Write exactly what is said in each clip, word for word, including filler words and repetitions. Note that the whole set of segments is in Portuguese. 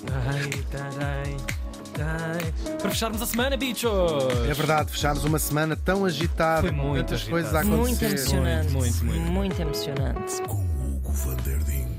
Ai, tarai, tarai. Para fecharmos a semana, bichos! É verdade, fechámos uma semana tão agitada, Foi com muito tantas agitada. coisas a acontecer. Muito emocionante. Muito, muito, muito. Muito emocionante. Com Hugo van der Ding.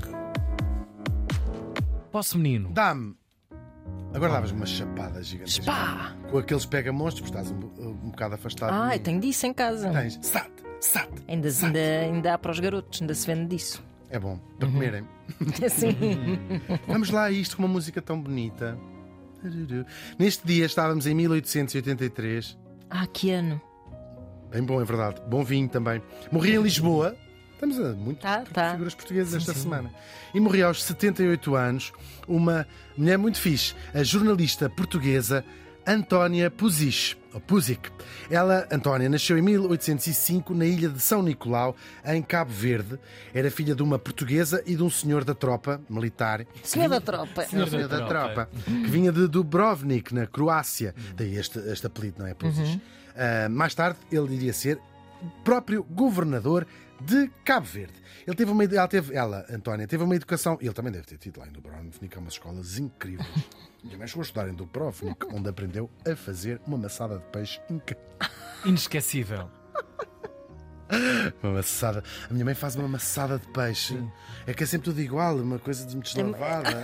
Posso, menino? Dá-me. Agora davas uma chapada gigantesca. Pá! Com aqueles pega-monstros, porque estás um, um bocado afastado. de Ai, mim. tenho disso em casa. Tens. Sat, sat. Ainda, sat. ainda, ainda há para os garotos, ainda se vende disso. É bom, para comerem. Assim. Vamos lá a isto com uma música tão bonita. Neste dia estávamos em mil oitocentos e oitenta e três. Ah, que ano? Bem bom, é verdade. Bom vinho também. Morri em Lisboa. Estamos a muito Tá, tá. figuras portuguesas esta semana. E morri aos setenta e oito anos uma mulher muito fixe, a jornalista portuguesa Antónia Puzic. Ou Puzic. Ela, Antónia, nasceu em mil oitocentos e cinco na ilha de São Nicolau, em Cabo Verde. Era filha de uma portuguesa e de um senhor da tropa militar. Senhor da tropa. Senhor, senhor da, tropa. Que vinha de Dubrovnik, na Croácia. Daí este, este apelido, não é? Puzic. Uh, mais tarde, ele iria ser próprio governador de Cabo Verde. Ele teve uma, ela, teve, ela, Antónia, teve uma educação. Ele também deve ter tido lá em Dubrovnik, há umas escolas incríveis. E também chegou a estudar em Dubrovnik, onde aprendeu a fazer uma maçada de peixe incrível. Inesquecível. Uma maçada. A minha mãe faz uma maçada de peixe. É que é sempre tudo igual, uma coisa deslavada.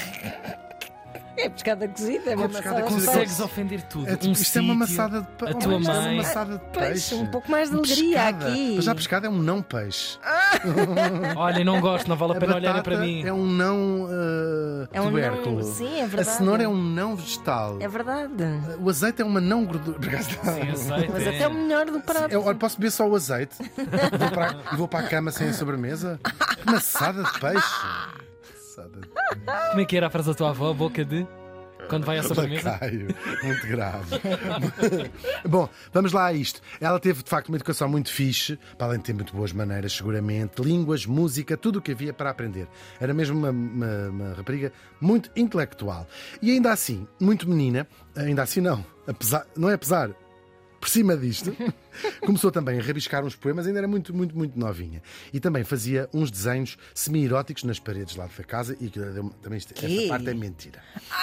É pescada cozida, é uma É pescada maçada de cozida. Consegues peixe. ofender tudo. É, tipo, um isto é uma sítio, maçada de peixe. A tua Isto é uma mãe. maçada de peixe. Peixe, um pouco mais de alegria Pescada. aqui. Mas já pescada é um não peixe. Olha, não gosto, não vale a pena olharem para mim. É um não uh, É um tubérculo. não- sim, é A verdade. cenoura é um não vegetal. É verdade. O azeite é uma não gordura. Por acaso não. Sim, azeite, Mas é. até o melhor do prato. Eu, olha, posso beber só o azeite e vou para, e vou para a cama sem a sobremesa? Maçada de peixe. Maçada de Como é que era a frase da tua avó? A boca de. Quando vai à sobremesa? Lacaio. Muito grave. Bom, vamos lá a isto. Ela teve de facto uma educação muito fixe, para além de ter muito boas maneiras, seguramente, línguas, música, tudo o que havia para aprender. Era mesmo uma, uma, uma rapariga muito intelectual. E ainda assim, muito menina, ainda assim não, apesar, não é apesar. Por cima disto, começou também a rabiscar uns poemas, ainda era muito, muito, muito novinha. E também fazia uns desenhos semi-eróticos nas paredes lá da casa. E aquilo era- também isto, esta Que? parte é mentira.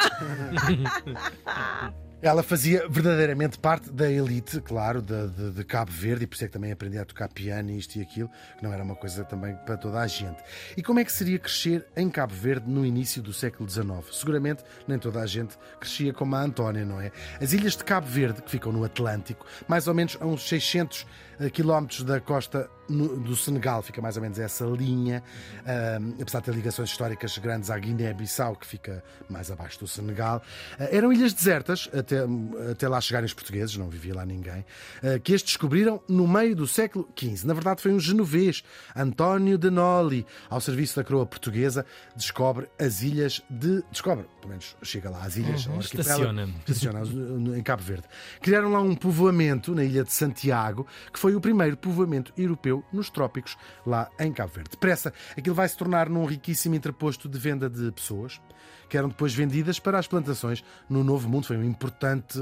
Ela fazia verdadeiramente parte da elite, claro, de, de, de Cabo Verde, e por isso é que também aprendia a tocar piano e isto e aquilo, que não era uma coisa também para toda a gente. E como é que seria crescer em Cabo Verde no início do século dezenove? Seguramente nem toda a gente crescia como a Antónia, não é? As ilhas de Cabo Verde, que ficam no Atlântico, mais ou menos a uns seiscentos quilómetros da costa no- do Senegal, fica mais ou menos essa linha, um, apesar de ter ligações históricas grandes à Guiné-Bissau, que fica mais abaixo do Senegal. Uh, eram ilhas desertas, até, até lá chegarem os portugueses, não vivia lá ninguém, uh, que estes descobriram no meio do século quinze. Na verdade foi um genovês, António de Noli, ao serviço da coroa portuguesa, descobre as ilhas de... Descobre, pelo menos chega lá às ilhas, ao arquipélago. Estaciona. Estaciona no- em Cabo Verde. Criaram lá um povoamento na ilha de Santiago, que foi o primeiro povoamento europeu nos trópicos, lá em Cabo Verde. Depressa, aquilo vai se tornar num riquíssimo entreposto de venda de pessoas, que eram depois vendidas para as plantações no Novo Mundo. Foi um importante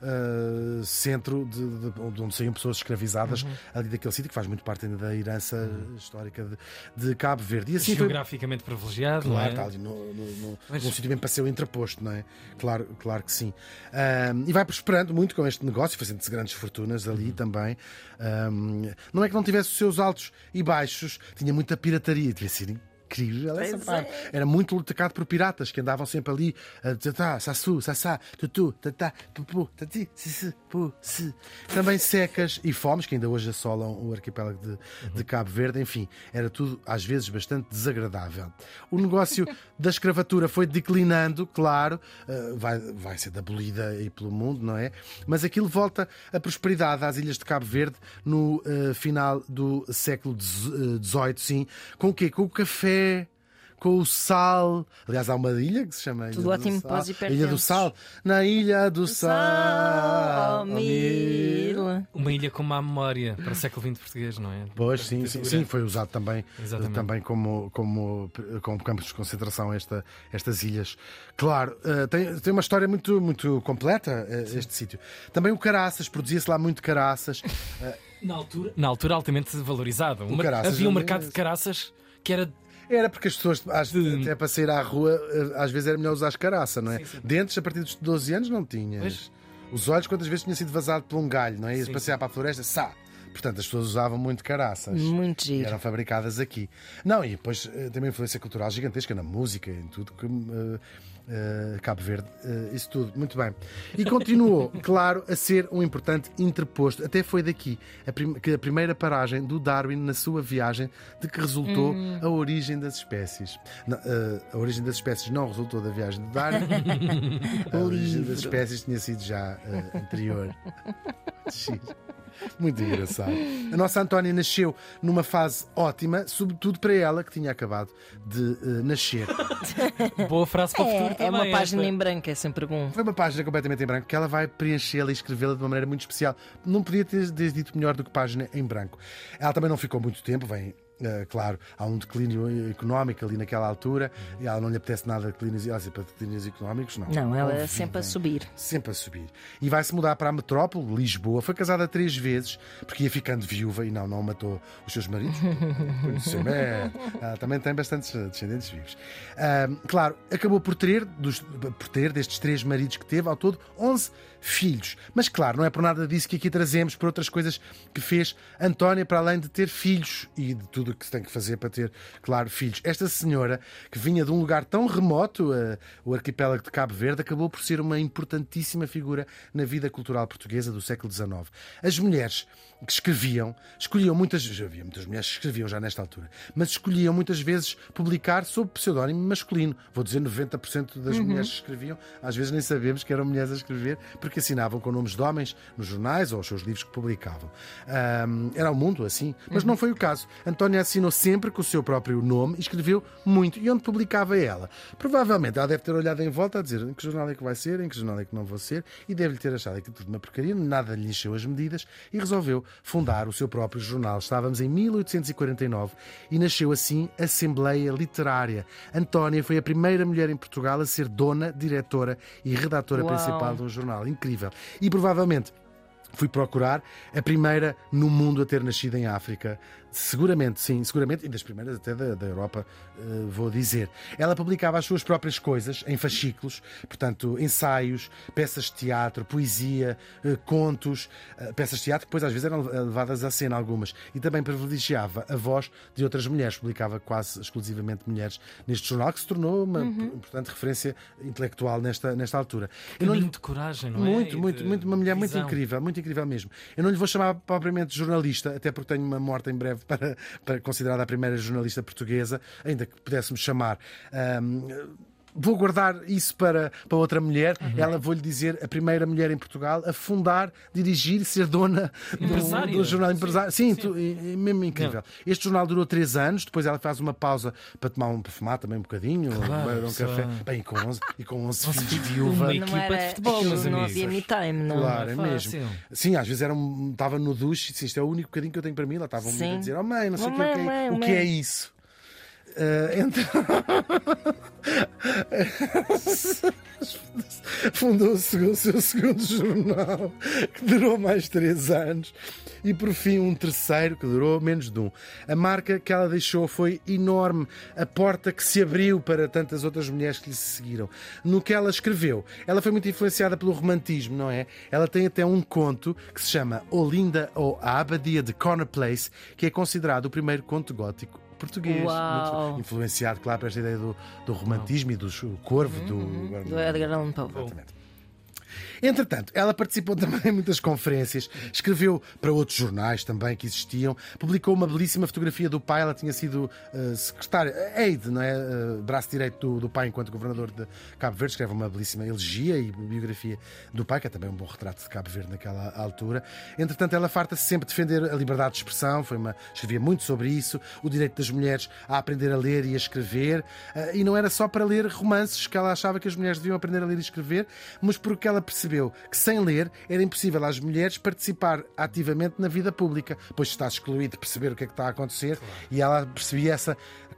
uh, centro de, de, de onde saíam pessoas escravizadas ali daquele sítio, que faz muito parte ainda da herança histórica de, de Cabo Verde. E assim foi... Geograficamente privilegiado, Claro, não é? está ali no, no, no, Mas- num sítio bem para ser o entreposto, não é? Claro, claro que sim. Ahm, e vai prosperando muito com este negócio, fazendo-se grandes fortunas ali também. Ahm, não é que não tivesse os seus altos e baixos, tinha muita pirataria, devia ser incrível essa Pois parte. é. Era muito atacado por piratas que andavam sempre ali a dizer tá, sassu, sassá, tutu, tatá, pupu, tati, sissi, pu, si. Também secas e fomes, que ainda hoje assolam o arquipélago de, de Cabo Verde. Enfim, era tudo às vezes bastante desagradável. O negócio da escravatura foi declinando, claro, eh, vai, vai ser abolida aí pelo mundo, não é? Mas aquilo volta a prosperidade às ilhas de Cabo Verde no eh, final do século dezoito, sim. Com o quê? Com o café, com o sal. Aliás, há uma ilha que se chama Ilha Tudo do ótimo, Sal. pós e Ilha do pertences. Sal. Na Ilha do Sal. Sal, oh, mil. Uma ilha com má memória para o século vinte português, não é? Pois, sim, sim, sim, foi usado também, Exatamente. também como, como, como campos de concentração esta, estas ilhas. Claro, eh, tem, tem uma história muito, muito completa eh, este sítio. Também o caraças, produzia-se lá muito caraças. Eh, Na altura, na altura altamente valorizado. Uma- caraças havia um ali mercado é- de caraças que era Era porque as pessoas, às- De- até para sair à rua, eh, às vezes era melhor usar escaraça, não é? Sim, sim. Dentes, a partir dos doze anos, não tinhas. Pois. Os olhos, quantas vezes tinha sido vazado por um galho, não é? Ias Sim, passear para a floresta, sá! Portanto, as pessoas usavam muito caraças. Muito E giro. eram fabricadas aqui. Não, e depois eh, tem uma influência cultural gigantesca na música, em tudo que. eh, eh, Cabo Verde, eh, isso tudo, muito bem. E continuou, claro, a ser um importante interposto. Até foi daqui a prim- que a primeira paragem do Darwin na sua viagem de que resultou a origem das espécies. Não, eh, a origem das espécies não resultou da viagem do Darwin. A origem das espécies tinha sido já eh, anterior. Giro. Muito engraçado. A nossa Antónia nasceu numa fase ótima, sobretudo para ela, que tinha acabado de eh, nascer. Boa frase para o futuro É, é também. uma página esta. em branco, é sempre bom. Foi uma página completamente em branco que ela vai preenchê-la e escrevê-la de uma maneira muito especial. Não podia ter, ter dito melhor do que página em branco. Ela também não ficou muito tempo, vem. Uh, claro, há um declínio económico ali naquela altura e ela não lhe apetece nada de declínios, ela diz, para declínios económicos, não. Não, ela é Convivem. sempre a subir. Sempre a subir. E vai-se mudar para a metrópole, Lisboa. Foi casada três vezes, porque ia ficando viúva e não, não matou os seus maridos. Conheceu é, ela também tem bastantes descendentes vivos. Ah, claro, acabou por ter, dos, por ter, destes três maridos que teve, ao todo, onze filhos. Mas claro, não é por nada disso que aqui trazemos, por outras coisas que fez Antónia, para além de ter filhos e de tudo o que se tem que fazer para ter, claro, filhos. Esta senhora, que vinha de um lugar tão remoto, uh, o arquipélago de Cabo Verde, acabou por ser uma importantíssima figura na vida cultural portuguesa do século dezenove. As mulheres que escreviam, escolhiam muitas, já havia muitas mulheres que escreviam já nesta altura, mas escolhiam muitas vezes publicar sob pseudónimo masculino. Vou dizer noventa por cento das Uhum. mulheres que escreviam, às vezes nem sabemos que eram mulheres a escrever, porque assinavam com nomes de homens nos jornais ou os seus livros que publicavam. Ahm, era o mundo assim, mas não foi o caso. Antónia assinou sempre com o seu próprio nome e escreveu muito. E onde publicava ela? Provavelmente ela deve ter olhado em volta a dizer em que jornal é que vai ser, em que jornal é que não vou ser, e deve-lhe ter achado aquilo tudo uma porcaria, nada lhe encheu as medidas e resolveu fundar o seu próprio jornal. Estávamos em mil oitocentos e quarenta e nove e nasceu assim a Assembleia Literária. Antónia foi a primeira mulher em Portugal a ser dona, diretora e redatora Uau. principal de um jornal. Incrível. E provavelmente fui procurar a primeira no mundo a ter nascido em África. Seguramente, sim, seguramente, e das primeiras até da, da Europa, uh, vou dizer. Ela publicava as suas próprias coisas em fascículos, portanto, ensaios, peças de teatro, poesia, uh, contos, uh, peças de teatro que depois às vezes eram levadas à cena algumas, e também privilegiava a voz de outras mulheres, publicava quase exclusivamente mulheres neste jornal, que se tornou uma importante referência intelectual nesta, nesta altura. Eu não lhe- Caminho de coragem, não é? muito, E muito, de muito, uma mulher muito visão. incrível, muito incrível mesmo. Eu não lhe vou chamar propriamente jornalista, até porque tenho uma morte em breve para, para considerada a primeira jornalista portuguesa, ainda que pudéssemos chamar. ahm, Vou guardar isso para, para outra mulher. Ela, vou-lhe dizer, a primeira mulher em Portugal a fundar, dirigir, ser dona do, Empresária. do jornal Sim, empresário. Sim, sim. tu- é- é mesmo incrível. Este jornal durou três anos, depois ela faz uma pausa para tomar um perfumar também um bocadinho, Claro, beber um só- café. Bem, e com onze, e com onze Nossa, filhos de uma viúva. equipa Não era, de futebol, aquilo meus não amigos. havia me time, não. Claro, é Não é mesmo. fácil. Sim, às vezes era um, estava no duche e disse, isto é o único bocadinho que eu tenho para mim. Ela estava um Sim. a dizer, oh mãe, não sei o que, Oh, o que, é- mãe, o que mãe. é isso. Ah, então... Fundou o seu, o seu segundo jornal, que durou mais três anos, e por fim um terceiro, que durou menos de um. A marca que ela deixou foi enorme, a porta que se abriu para tantas outras mulheres que lhe seguiram. No que ela escreveu, ela foi muito influenciada pelo romantismo, não é? Ela tem até um conto que se chama Olinda ou A Abadia de Connor Place, que é considerado o primeiro conto gótico português. Uau. Muito influenciado, claro, por esta ideia do, do romantismo e do corvo, do... Do Edgar Allan Poe. Exatamente. Entretanto, ela participou também em muitas conferências, escreveu para outros jornais também que existiam, publicou uma belíssima fotografia do pai. Ela tinha sido uh, secretária, aide, não é? Uh, braço direito do, do pai enquanto governador de Cabo Verde. Escreve uma belíssima elegia e biografia do pai, que é também um bom retrato de Cabo Verde naquela altura. Entretanto, ela farta-se sempre de defender a liberdade de expressão, foi uma, escrevia muito sobre isso, o direito das mulheres a aprender a ler e a escrever, uh, e não era só para ler romances que ela achava que as mulheres deviam aprender a ler e escrever, mas porque ela percebeu que sem ler era impossível às mulheres participar ativamente na vida pública, pois está excluído de perceber o que é que está a acontecer, e ela percebia essa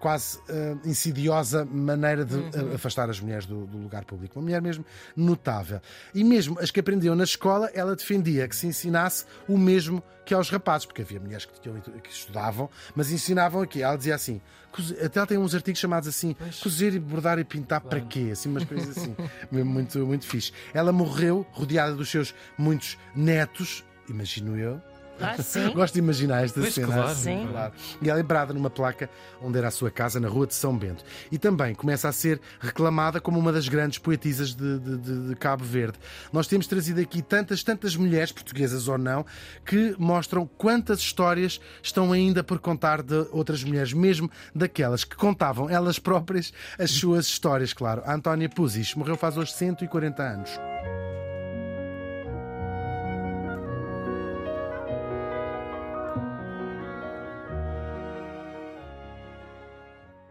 quase uh, insidiosa maneira de uh, afastar as mulheres do, do lugar público. Uma mulher mesmo notável. E mesmo as que aprendiam na escola, ela defendia que se ensinasse o mesmo que aos rapazes, porque havia mulheres que, tinham, que estudavam, mas ensinavam aqui. Ela dizia assim, até ela tem uns artigos chamados assim, cozer e bordar e pintar para quê? Assim, umas coisas assim, mesmo muito, muito fixe. Ela morreu rodeada dos seus muitos netos, imagino eu. Ah, sim. Gosto de imaginar esta Pois, cena. claro. assim, Sim. claro. E ela é lembrada numa placa onde era a sua casa, na Rua de São Bento. E também começa a ser reclamada como uma das grandes poetisas de, de, de, de Cabo Verde. Nós temos trazido aqui tantas, tantas mulheres, portuguesas ou não, que mostram quantas histórias estão ainda por contar de outras mulheres, mesmo daquelas que contavam elas próprias as suas histórias, claro. A Antónia Puzis morreu faz hoje cento e quarenta anos.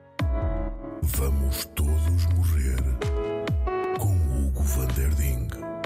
Vamos todos morrer com Hugo van der Ding.